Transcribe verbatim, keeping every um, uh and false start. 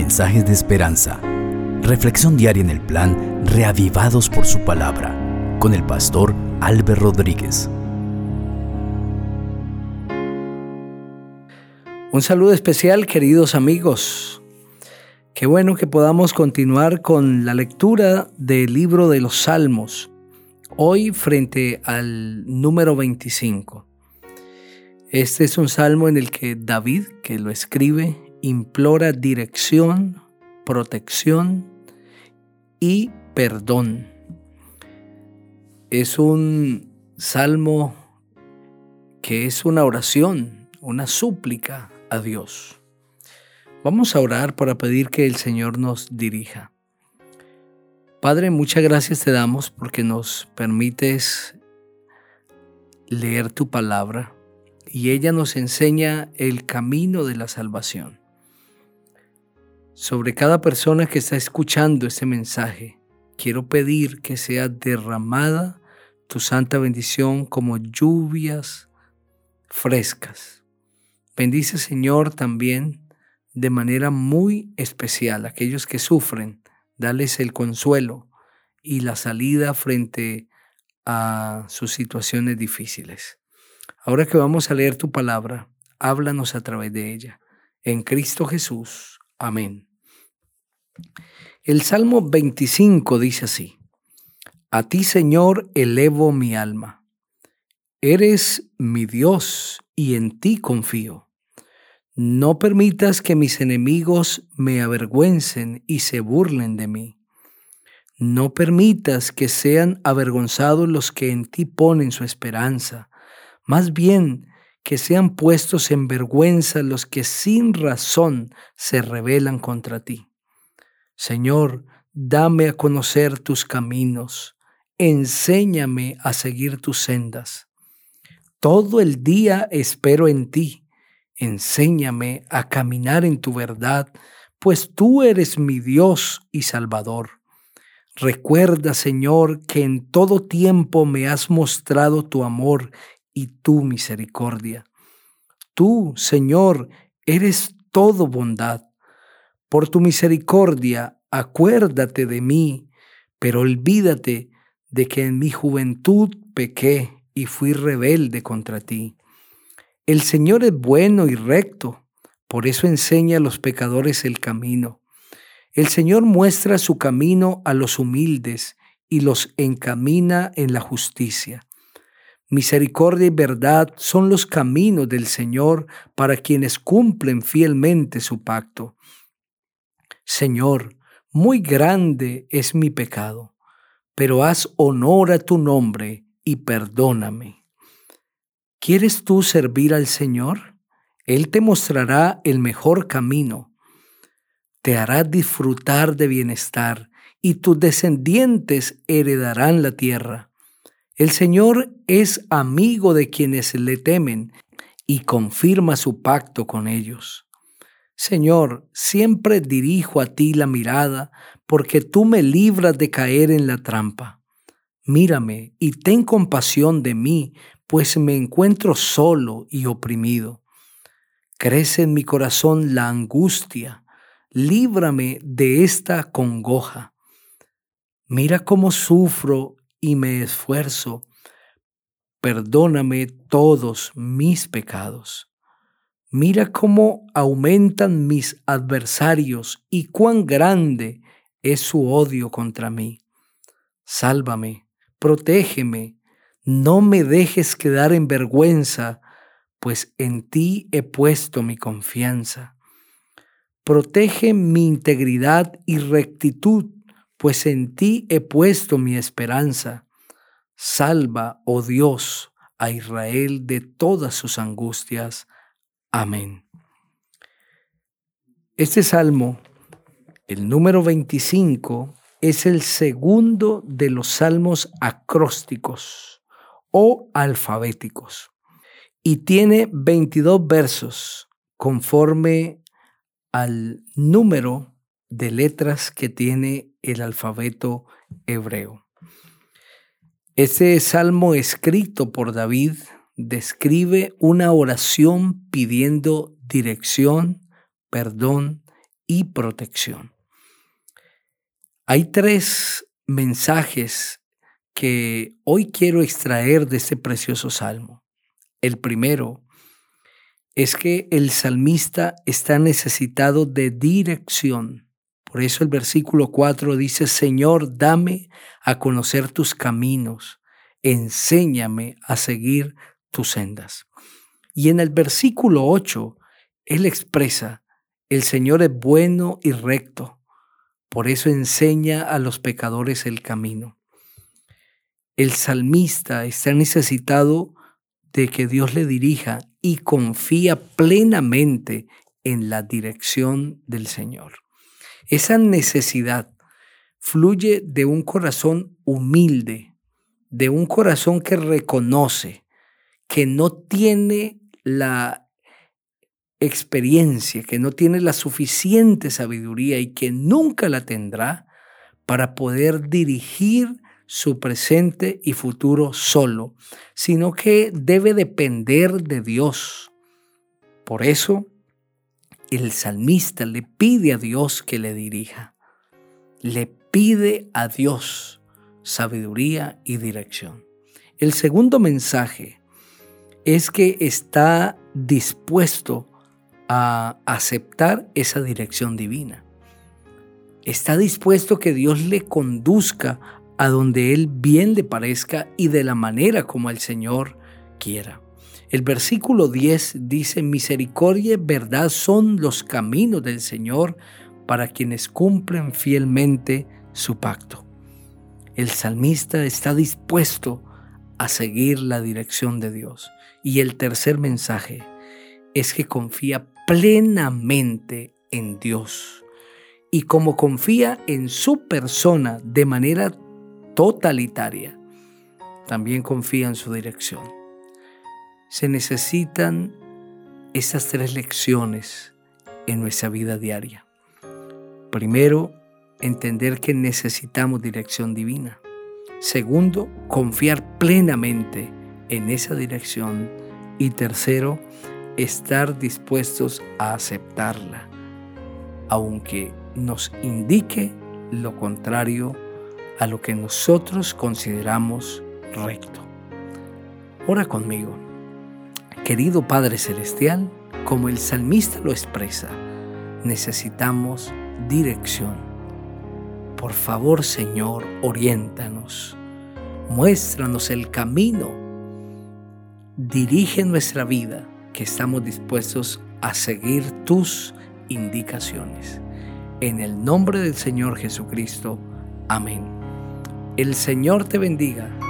mensajes de esperanza. Reflexión diaria en el plan Reavivados por su palabra, con el pastor Álvaro Rodríguez. Un saludo especial, queridos amigos. Qué bueno que podamos continuar con la lectura del libro de los Salmos, hoy frente al número veinticinco. Este es un salmo en el que David, que lo escribe, implora dirección, protección y perdón. Es un salmo que es una oración, una súplica a Dios. Vamos a orar para pedir que el Señor nos dirija. Padre, muchas gracias te damos porque nos permites leer tu palabra y ella nos enseña el camino de la salvación. Sobre cada persona que está escuchando este mensaje, quiero pedir que sea derramada tu santa bendición como lluvias frescas. Bendice, Señor, también de manera muy especial a aquellos que sufren. Dales el consuelo y la salida frente a sus situaciones difíciles. Ahora que vamos a leer tu palabra, háblanos a través de ella. En Cristo Jesús. Amén. El Salmo veinticinco dice así: A ti, Señor, elevo mi alma. Eres mi Dios y en ti confío. No permitas que mis enemigos me avergüencen y se burlen de mí. No permitas que sean avergonzados los que en ti ponen su esperanza. Más bien, que sean puestos en vergüenza los que sin razón se rebelan contra ti. Señor, dame a conocer tus caminos. Enséñame a seguir tus sendas. Todo el día espero en ti. Enséñame a caminar en tu verdad, pues tú eres mi Dios y Salvador. Recuerda, Señor, que en todo tiempo me has mostrado tu amor y tu misericordia. Tú, Señor, eres todo bondad. Por tu misericordia, acuérdate de mí, pero olvídate de que en mi juventud pequé y fui rebelde contra ti. El Señor es bueno y recto, por eso enseña a los pecadores el camino. El Señor muestra su camino a los humildes y los encamina en la justicia. Misericordia y verdad son los caminos del Señor para quienes cumplen fielmente su pacto. Señor, muy grande es mi pecado, pero haz honor a tu nombre y perdóname. ¿Quieres tú servir al Señor? Él te mostrará el mejor camino. Te hará disfrutar de bienestar y tus descendientes heredarán la tierra. El Señor es amigo de quienes le temen y confirma su pacto con ellos. Señor, siempre dirijo a ti la mirada porque tú me libras de caer en la trampa. Mírame y ten compasión de mí, pues me encuentro solo y oprimido. Crece en mi corazón la angustia. Líbrame de esta congoja. Mira cómo sufro y me esfuerzo. Perdóname todos mis pecados. Mira cómo aumentan mis adversarios y cuán grande es su odio contra mí. Sálvame, protégeme, no me dejes quedar en vergüenza, pues en ti he puesto mi confianza. Protege mi integridad y rectitud, pues en ti he puesto mi esperanza. Salva, oh Dios, a Israel de todas sus angustias. Amén. Este salmo, el número veinticinco, es el segundo de los salmos acrósticos o alfabéticos y tiene veintidós versos conforme al número de letras que tiene el alfabeto hebreo. Este salmo escrito por David describe una oración pidiendo dirección, perdón y protección. Hay tres mensajes que hoy quiero extraer de este precioso salmo. El primero es que el salmista está necesitado de dirección. Por eso el versículo cuatro dice: Señor, dame a conocer tus caminos, enséñame a seguir tus sendas. Y en el versículo ocho, él expresa: el Señor es bueno y recto, por eso enseña a los pecadores el camino. El salmista está necesitado de que Dios le dirija y confía plenamente en la dirección del Señor. Esa necesidad fluye de un corazón humilde, de un corazón que reconoce que no tiene la experiencia, que no tiene la suficiente sabiduría y que nunca la tendrá para poder dirigir su presente y futuro solo, sino que debe depender de Dios. Por eso, el salmista le pide a Dios que le dirija. Le pide a Dios sabiduría y dirección. El segundo mensaje es que está dispuesto a aceptar esa dirección divina. Está dispuesto que Dios le conduzca a donde Él bien le parezca y de la manera como el Señor quiera. El versículo diez dice: misericordia y verdad son los caminos del Señor para quienes cumplen fielmente su pacto. El salmista está dispuesto a seguir la dirección de Dios. Y el tercer mensaje es que confía plenamente en Dios. Y como confía en su persona de manera totalitaria, también confía en su dirección. Se necesitan esas tres lecciones en nuestra vida diaria. Primero, entender que necesitamos dirección divina. Segundo, confiar plenamente en esa dirección. Y tercero, estar dispuestos a aceptarla, aunque nos indique lo contrario a lo que nosotros consideramos recto. Ora conmigo. Querido Padre Celestial, como el salmista lo expresa, necesitamos dirección. Por favor, Señor, oriéntanos, muéstranos el camino, dirige nuestra vida, que estamos dispuestos a seguir tus indicaciones. En el nombre del Señor Jesucristo. Amén. El Señor te bendiga